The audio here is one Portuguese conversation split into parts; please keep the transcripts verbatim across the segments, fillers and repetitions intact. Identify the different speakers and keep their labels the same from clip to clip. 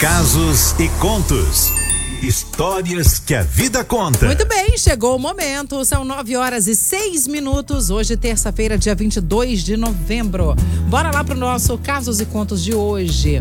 Speaker 1: Casos e contos. Histórias que a vida conta.
Speaker 2: Muito bem, chegou o momento. São nove horas e seis minutos. Hoje, terça-feira, dia vinte e dois de novembro. Bora lá pro nosso Casos e Contos de hoje.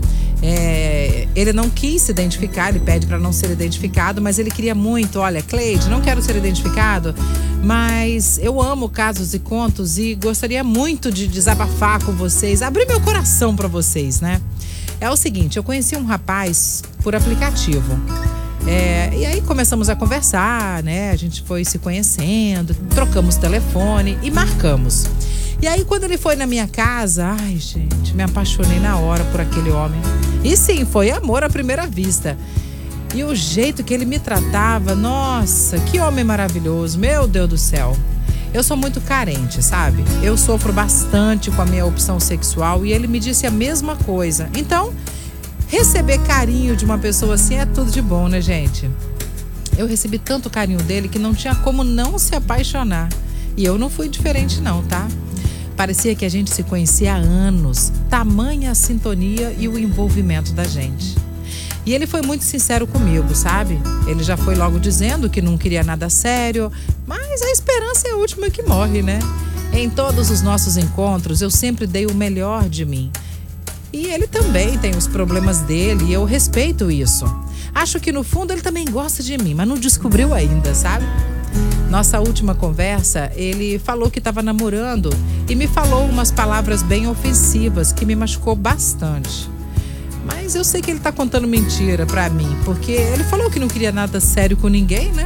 Speaker 2: É, ele não quis se identificar, ele pede para não ser identificado, mas ele queria muito. Olha, Cleide, não quero ser identificado, mas eu amo casos e contos e gostaria muito de desabafar com vocês, abrir meu coração para vocês, né? É o seguinte, eu conheci um rapaz por aplicativo. É, e aí começamos a conversar, né? A gente foi se conhecendo, trocamos telefone e marcamos. E aí quando ele foi na minha casa, ai gente, me apaixonei na hora por aquele homem. E sim, foi amor à primeira vista. E o jeito que ele me tratava, nossa, que homem maravilhoso, meu Deus do céu. Eu sou muito carente, sabe? Eu sofro bastante com a minha opção sexual e ele me disse a mesma coisa. Então, receber carinho de uma pessoa assim é tudo de bom, né, gente? Eu recebi tanto carinho dele que não tinha como não se apaixonar. E eu não fui diferente não, tá? Parecia que a gente se conhecia há anos. Tamanha a sintonia e o envolvimento da gente. E ele foi muito sincero comigo, sabe? Ele já foi logo dizendo que não queria nada sério, mas a esperança é a última que morre, né? Em todos os nossos encontros, eu sempre dei o melhor de mim. E ele também tem os problemas dele e eu respeito isso. Acho que no fundo ele também gosta de mim, mas não descobriu ainda, sabe? Nossa última conversa, ele falou que estava namorando e me falou umas palavras bem ofensivas que me machucou bastante. Mas eu sei que ele tá contando mentira pra mim, porque ele falou que não queria nada sério com ninguém, né?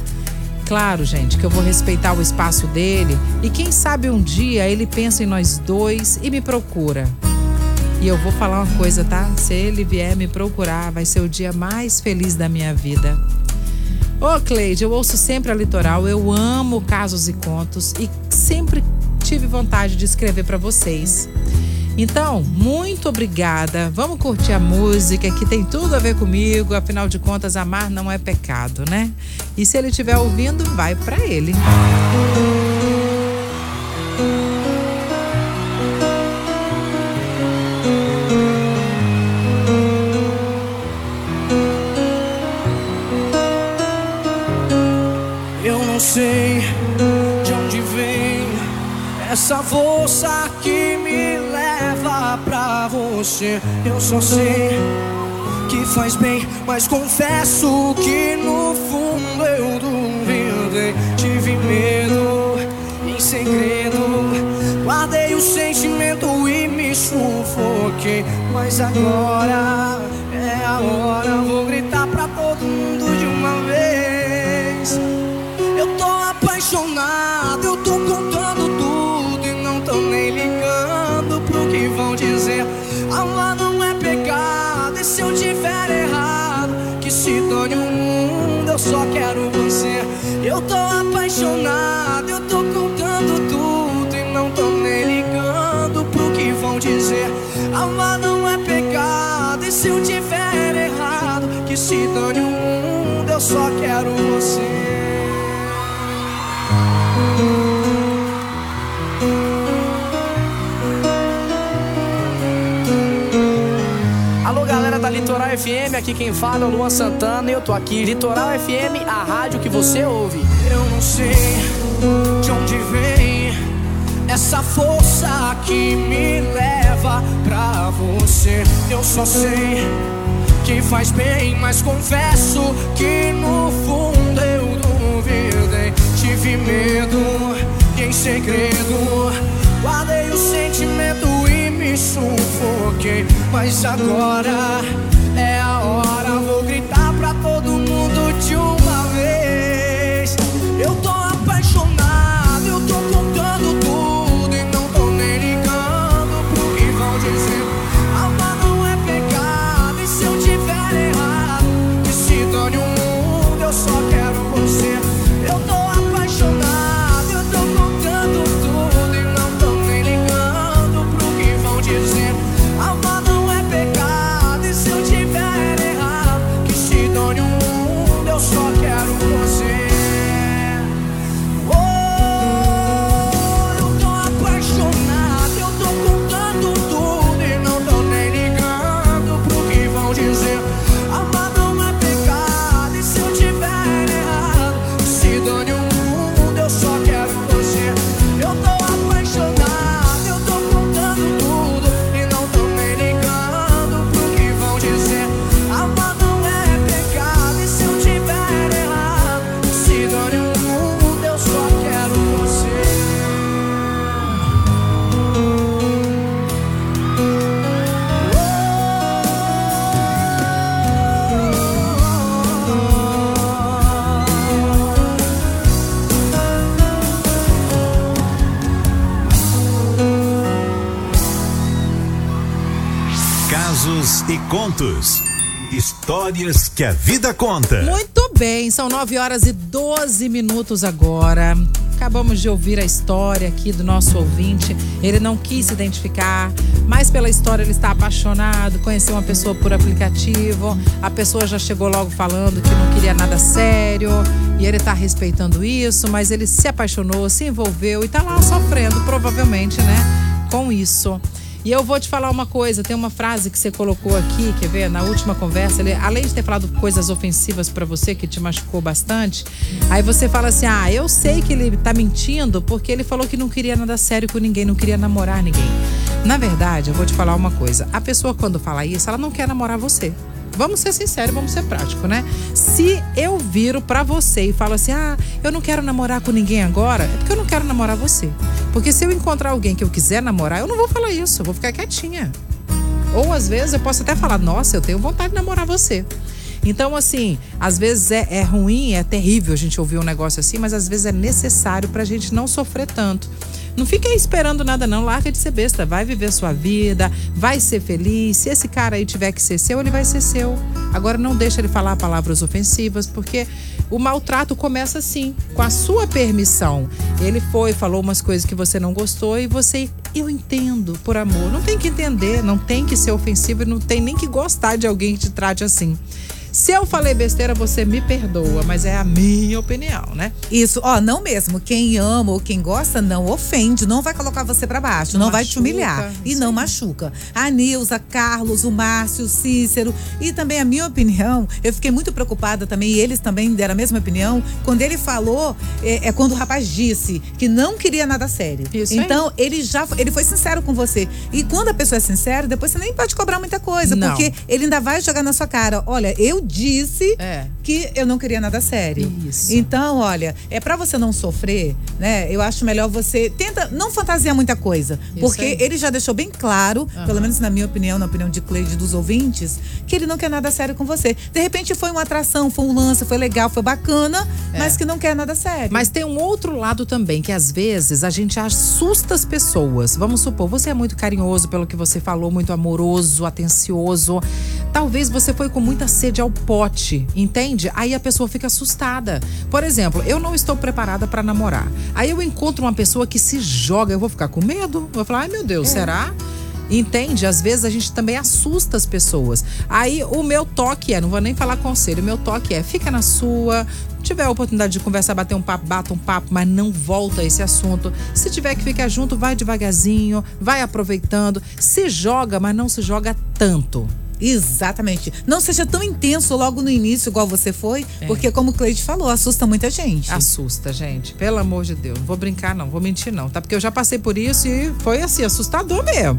Speaker 2: Claro, gente, que eu vou respeitar o espaço dele e quem sabe um dia ele pensa em nós dois e me procura. E eu vou falar uma coisa, tá? Se ele vier me procurar, vai ser o dia mais feliz da minha vida. Ô, Cleide, eu ouço sempre a Litoral, eu amo casos e contos e sempre tive vontade de escrever pra vocês. Então, muito obrigada. Vamos curtir a música que tem tudo a ver comigo. Afinal de contas, amar não é pecado, né? E se ele estiver ouvindo, vai pra ele.
Speaker 3: Eu não sei de onde vem essa força que me leva pra você. Eu só sei que faz bem, mas confesso que no fundo eu duvidei. Tive medo em segredo, guardei o sentimento e me sufoquei. Mas agora é a hora, vou gritar pra todo mundo de uma vez. Eu tô apaixonado, eu tô contando tudo e não tô nem ligando pro que vão dizer. Amar não é pecado, e se eu tiver errado, que se dane o mundo, eu só quero você. Eu tô apaixonado, eu tô contando tudo e não tô nem ligando pro que vão dizer. Amar não é pecado, e se eu tiver errado, que se dane o mundo, eu só quero você. Alô, galera da Litoral F M, aqui quem fala é o Luan Santana e eu tô aqui, Litoral F M, a rádio que você ouve. Eu não sei de onde vem essa força que me leva pra você. Eu só sei que faz bem, mas confesso que no fundo eu duvidei. Tive medo e em segredo guardei o sentimento e me sufoquei. Mas agora é a hora, vou gritar pra todo mundo de uma vez. Eu tô apaixonado, eu tô contando tudo e não tô nem ligando pro que vão dizer. Amar não é pecado, e se eu tiver errado, que se dane o mundo, eu só quero você. Eu tô apaixonado, eu tô contando tudo e não tô nem ligando pro que vão dizer. Amar não é pecado, e se eu tiver
Speaker 1: Contos. Histórias que a vida conta.
Speaker 2: Muito bem, são nove horas e doze minutos agora. Acabamos de ouvir a história aqui do nosso ouvinte. Ele não quis se identificar, mas pela história ele está apaixonado, conheceu uma pessoa por aplicativo. A pessoa já chegou logo falando que não queria nada sério. E ele está respeitando isso, mas ele se apaixonou, se envolveu e está lá sofrendo, provavelmente, né, com isso. E eu vou te falar uma coisa, tem uma frase que você colocou aqui, quer ver, na última conversa, ele, além de ter falado coisas ofensivas pra você, que te machucou bastante, aí você fala assim, ah, eu sei que ele tá mentindo porque ele falou que não queria nada sério com ninguém, não queria namorar ninguém. Na verdade, eu vou te falar uma coisa, a pessoa quando fala isso, ela não quer namorar você. Vamos ser sinceros, vamos ser práticos, né? Se eu viro pra você e falo assim, ah, eu não quero namorar com ninguém agora, é porque eu não quero namorar você. Porque se eu encontrar alguém que eu quiser namorar, eu não vou falar isso, eu vou ficar quietinha. Ou às vezes eu posso até falar, nossa, eu tenho vontade de namorar você. Então, assim, às vezes é, é ruim, é terrível a gente ouvir um negócio assim, mas às vezes é necessário pra gente não sofrer tanto. Não fica aí esperando nada não, larga de ser besta, vai viver sua vida, vai ser feliz. Se esse cara aí tiver que ser seu, ele vai ser seu. Agora não deixa ele falar palavras ofensivas, porque o maltrato começa assim, com a sua permissão. Ele foi, falou umas coisas que você não gostou e você, eu entendo, por amor. Não tem que entender, não tem que ser ofensivo e não tem nem que gostar de alguém que te trate assim. Se eu falei besteira, você me perdoa, mas é a minha opinião, né?
Speaker 4: Isso, ó, não mesmo. Quem ama ou quem gosta não ofende, não vai colocar você pra baixo, não, não vai te humilhar e não machuca. A Nilza, Carlos, o Márcio, o Cícero e também a minha opinião, eu fiquei muito preocupada também, e eles também deram a mesma opinião, quando ele falou, é, é quando o rapaz disse que não queria nada sério.
Speaker 2: Isso
Speaker 4: então,
Speaker 2: aí.
Speaker 4: ele já ele foi sincero com você. E quando a pessoa é sincera, depois você nem pode cobrar muita coisa,
Speaker 2: não.
Speaker 4: porque ele ainda vai jogar na sua cara, olha, eu disse
Speaker 2: é.
Speaker 4: que eu não queria nada sério.
Speaker 2: Isso.
Speaker 4: Então, olha, é pra você não sofrer, né? Eu acho melhor você tenta não fantasiar muita coisa,
Speaker 2: Isso
Speaker 4: porque
Speaker 2: aí.
Speaker 4: ele já deixou bem claro, uhum. pelo menos na minha opinião, na opinião de Cleide e dos ouvintes, que ele não quer nada sério com você. De repente foi uma atração, foi um lance, foi legal, foi bacana, é. mas que não quer nada sério.
Speaker 2: Mas tem um outro lado também, que às vezes a gente assusta as pessoas. Vamos supor, você é muito carinhoso pelo que você falou, muito amoroso, atencioso. Talvez você foi com muita sede ao pote, entende? Aí a pessoa fica assustada. Por exemplo, eu não estou preparada para namorar. Aí eu encontro uma pessoa que se joga, eu vou ficar com medo? Eu vou falar, ai meu Deus, é. será? Entende? Às vezes a gente também assusta as pessoas. Aí o meu toque é, não vou nem falar conselho, o meu toque é, fica na sua, tiver a oportunidade de conversar, bater um papo, bata um papo, mas não volta a esse assunto. Se tiver que ficar junto, vai devagarzinho, vai aproveitando, se joga, mas não se joga tanto.
Speaker 4: Exatamente. Não seja tão intenso logo no início, igual você foi, é. porque como o Cleide falou, assusta muita gente.
Speaker 2: Assusta, gente. Pelo amor de Deus. Não vou brincar não, vou mentir não, tá? Porque eu já passei por isso e foi assim, assustador mesmo.